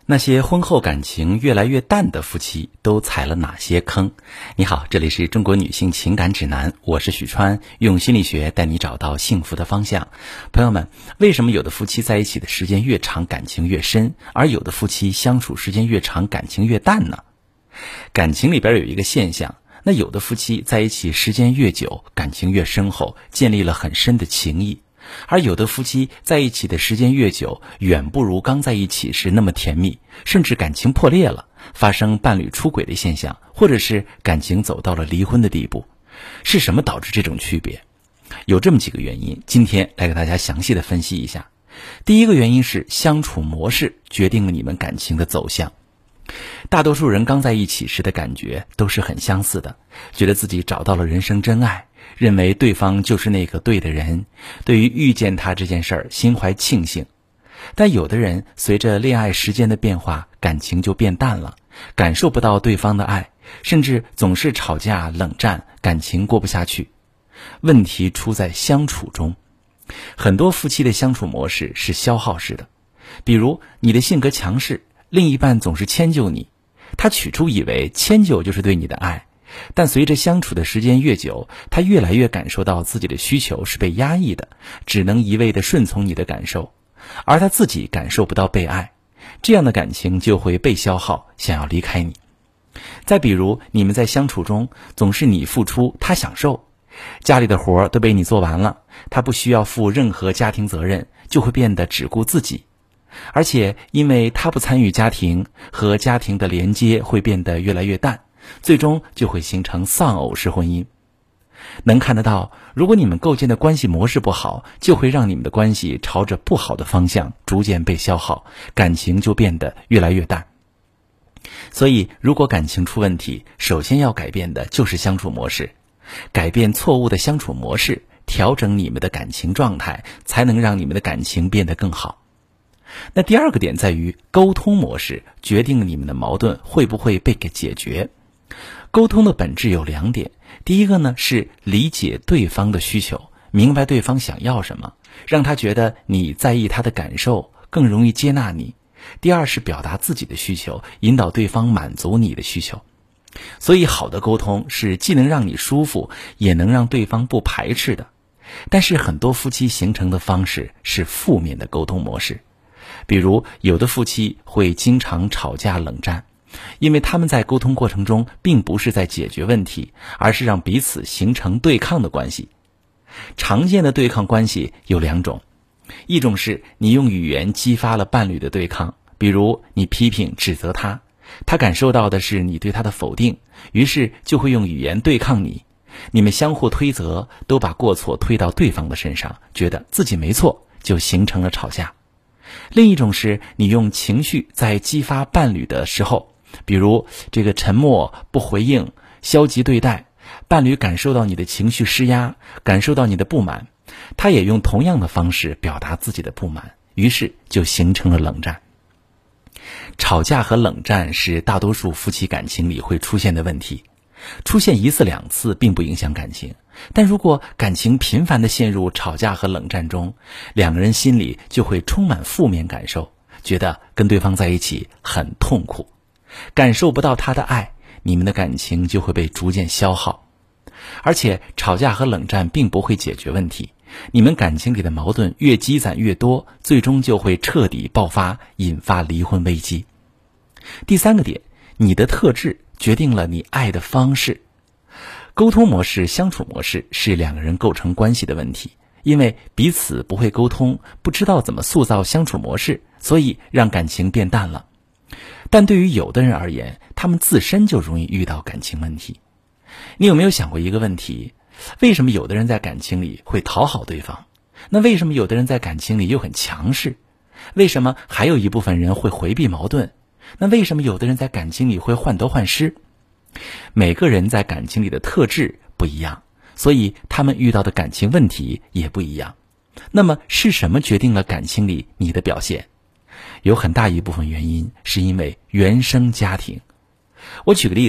那些婚后感情越来越淡的夫妻都踩了哪些坑？你好，这里是中国女性情感指南，我是许川，用心理学带你找到幸福的方向。朋友们，为什么有的夫妻在一起的时间越长感情越深，而有的夫妻相处时间越长感情越淡呢？感情里边有一个现象，那有的夫妻在一起时间越久，感情越深厚，建立了很深的情谊，而有的夫妻在一起的时间越久，远不如刚在一起时那么甜蜜，甚至感情破裂了，发生伴侣出轨的现象，或者是感情走到了离婚的地步。是什么导致这种区别？有这么几个原因，今天来给大家详细的分析一下。第一个原因是相处模式决定了你们感情的走向。大多数人刚在一起时的感觉都是很相似的，觉得自己找到了人生真爱，认为对方就是那个对的人，对于遇见他这件事儿心怀庆幸。但有的人随着恋爱时间的变化，感情就变淡了，感受不到对方的爱，甚至总是吵架冷战，感情过不下去。问题出在相处中。很多夫妻的相处模式是消耗式的，比如你的性格强势，另一半总是迁就你，他起初以为迁就就是对你的爱，但随着相处的时间越久，他越来越感受到自己的需求是被压抑的，只能一味地顺从你的感受，而他自己感受不到被爱，这样的感情就会被消耗，想要离开你。再比如你们在相处中总是你付出他享受，家里的活都被你做完了，他不需要负任何家庭责任，就会变得只顾自己。而且因为他不参与家庭，和家庭的连接会变得越来越淡，最终就会形成丧偶式婚姻。能看得到，如果你们构建的关系模式不好，就会让你们的关系朝着不好的方向逐渐被消耗，感情就变得越来越淡。所以如果感情出问题，首先要改变的就是相处模式，改变错误的相处模式，调整你们的感情状态，才能让你们的感情变得更好。那第二个点在于沟通模式决定了你们的矛盾会不会被解决。沟通的本质有两点，第一个呢是理解对方的需求，明白对方想要什么，让他觉得你在意他的感受，更容易接纳你。第二是表达自己的需求，引导对方满足你的需求。所以好的沟通是既能让你舒服，也能让对方不排斥的。但是很多夫妻形成的方式是负面的沟通模式，比如有的夫妻会经常吵架冷战，因为他们在沟通过程中并不是在解决问题，而是让彼此形成对抗的关系。常见的对抗关系有两种，一种是你用语言激发了伴侣的对抗，比如你批评指责他，他感受到的是你对他的否定，于是就会用语言对抗你，你们相互推责，都把过错推到对方的身上，觉得自己没错，就形成了吵架。另一种是你用情绪在激发伴侣的时候，比如这个沉默不回应，消极对待，伴侣感受到你的情绪施压，感受到你的不满，他也用同样的方式表达自己的不满，于是就形成了冷战。吵架和冷战是大多数夫妻感情里会出现的问题，出现一次两次并不影响感情，但如果感情频繁地陷入吵架和冷战中，两个人心里就会充满负面感受，觉得跟对方在一起很痛苦，感受不到他的爱，你们的感情就会被逐渐消耗。而且吵架和冷战并不会解决问题，你们感情里的矛盾越积攒越多，最终就会彻底爆发，引发离婚危机。第三个点，你的特质决定了你爱的方式。沟通模式、相处模式是两个人构成关系的问题，因为彼此不会沟通，不知道怎么塑造相处模式，所以让感情变淡了。但对于有的人而言，他们自身就容易遇到感情问题。你有没有想过一个问题，为什么有的人在感情里会讨好对方？那为什么有的人在感情里又很强势？为什么还有一部分人会回避矛盾？那为什么有的人在感情里会患得患失？每个人在感情里的特质不一样，所以他们遇到的感情问题也不一样。那么是什么决定了感情里你的表现？有很大一部分原因是因为原生家庭。我举个例子，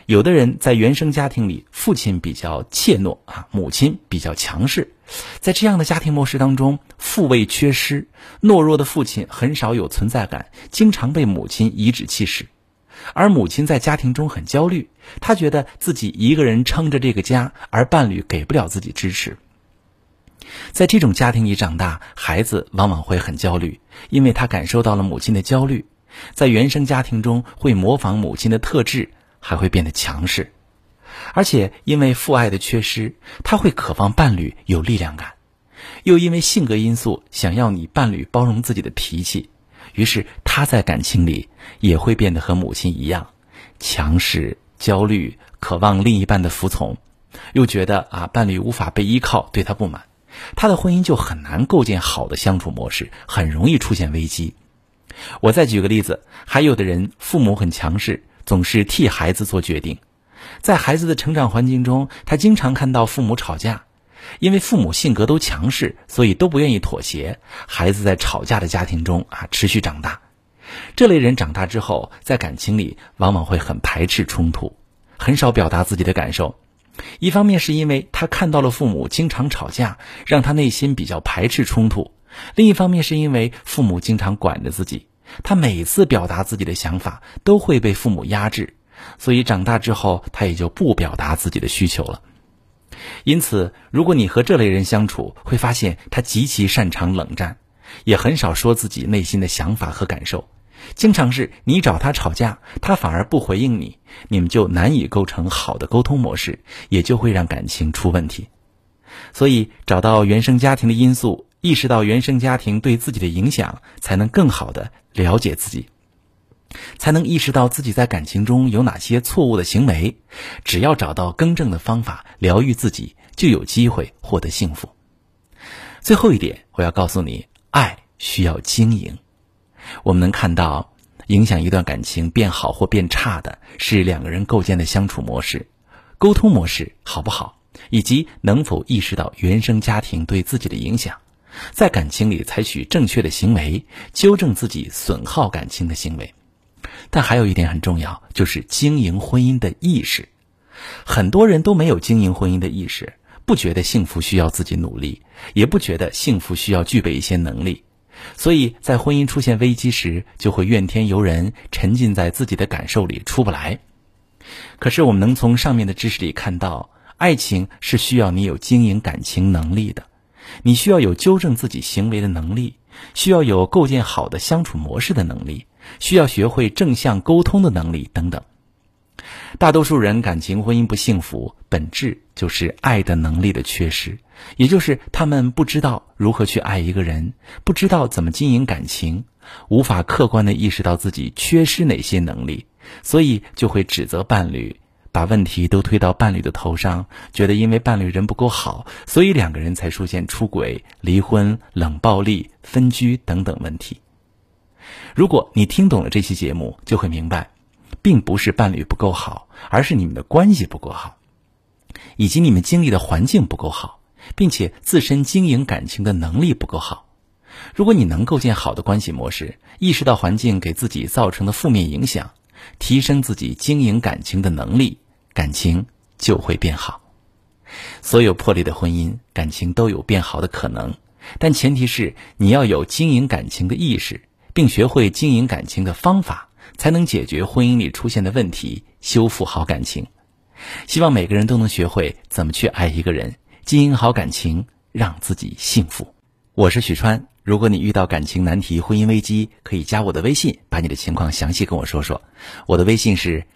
有的人在原生家庭里，父亲比较怯懦母亲比较强势，在这样的家庭模式当中，父位缺失，懦弱的父亲很少有存在感，经常被母亲颐指气使。而母亲在家庭中很焦虑，她觉得自己一个人撑着这个家，而伴侣给不了自己支持。在这种家庭里长大，孩子往往会很焦虑，因为他感受到了母亲的焦虑，在原生家庭中会模仿母亲的特质，还会变得强势。而且因为父爱的缺失，他会渴望伴侣有力量感，又因为性格因素想要你伴侣包容自己的脾气，于是他在感情里也会变得和母亲一样强势、焦虑，渴望另一半的服从，又觉得伴侣无法被依靠，对他不满，他的婚姻就很难构建好的相处模式，很容易出现危机。我再举个例子，还有的人父母很强势，总是替孩子做决定，在孩子的成长环境中，他经常看到父母吵架，因为父母性格都强势，所以都不愿意妥协，孩子在吵架的家庭中持续长大。这类人长大之后，在感情里往往会很排斥冲突，很少表达自己的感受。一方面是因为他看到了父母经常吵架，让他内心比较排斥冲突；另一方面是因为父母经常管着自己，他每次表达自己的想法都会被父母压制，所以长大之后他也就不表达自己的需求了。因此，如果你和这类人相处，会发现他极其擅长冷战，也很少说自己内心的想法和感受，经常是你找他吵架，他反而不回应你，你们就难以构成好的沟通模式，也就会让感情出问题。所以找到原生家庭的因素，意识到原生家庭对自己的影响，才能更好地了解自己，才能意识到自己在感情中有哪些错误的行为。只要找到更正的方法，疗愈自己，就有机会获得幸福。最后一点，我要告诉你，爱需要经营。我们能看到，影响一段感情变好或变差的是两个人构建的相处模式、沟通模式好不好，以及能否意识到原生家庭对自己的影响，在感情里采取正确的行为，纠正自己损耗感情的行为。但还有一点很重要，就是经营婚姻的意识。很多人都没有经营婚姻的意识，不觉得幸福需要自己努力，也不觉得幸福需要具备一些能力，所以在婚姻出现危机时，就会怨天尤人，沉浸在自己的感受里出不来。可是我们能从上面的知识里看到，爱情是需要你有经营感情能力的，你需要有纠正自己行为的能力，需要有构建好的相处模式的能力，需要学会正向沟通的能力等等。大多数人感情婚姻不幸福，本质就是爱的能力的缺失，也就是他们不知道如何去爱一个人，不知道怎么经营感情，无法客观地意识到自己缺失哪些能力，所以就会指责伴侣，把问题都推到伴侣的头上，觉得因为伴侣人不够好，所以两个人才出现出轨、离婚、冷暴力、分居等等问题。如果你听懂了这期节目，就会明白，并不是伴侣不够好，而是你们的关系不够好，以及你们经历的环境不够好，并且自身经营感情的能力不够好。如果你能构建好的关系模式，意识到环境给自己造成的负面影响，提升自己经营感情的能力，感情就会变好。所有破裂的婚姻，感情都有变好的可能，但前提是你要有经营感情的意识，并学会经营感情的方法，才能解决婚姻里出现的问题，修复好感情。希望每个人都能学会怎么去爱一个人，经营好感情，让自己幸福。我是许川，如果你遇到感情难题、婚姻危机，可以加我的微信，把你的情况详细跟我说说。我的微信是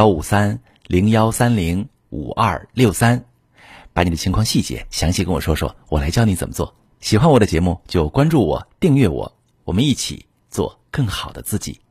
15301305263，把你的情况细节详细跟我说说，我来教你怎么做。喜欢我的节目就关注我、订阅我，我们一起做更好的自己。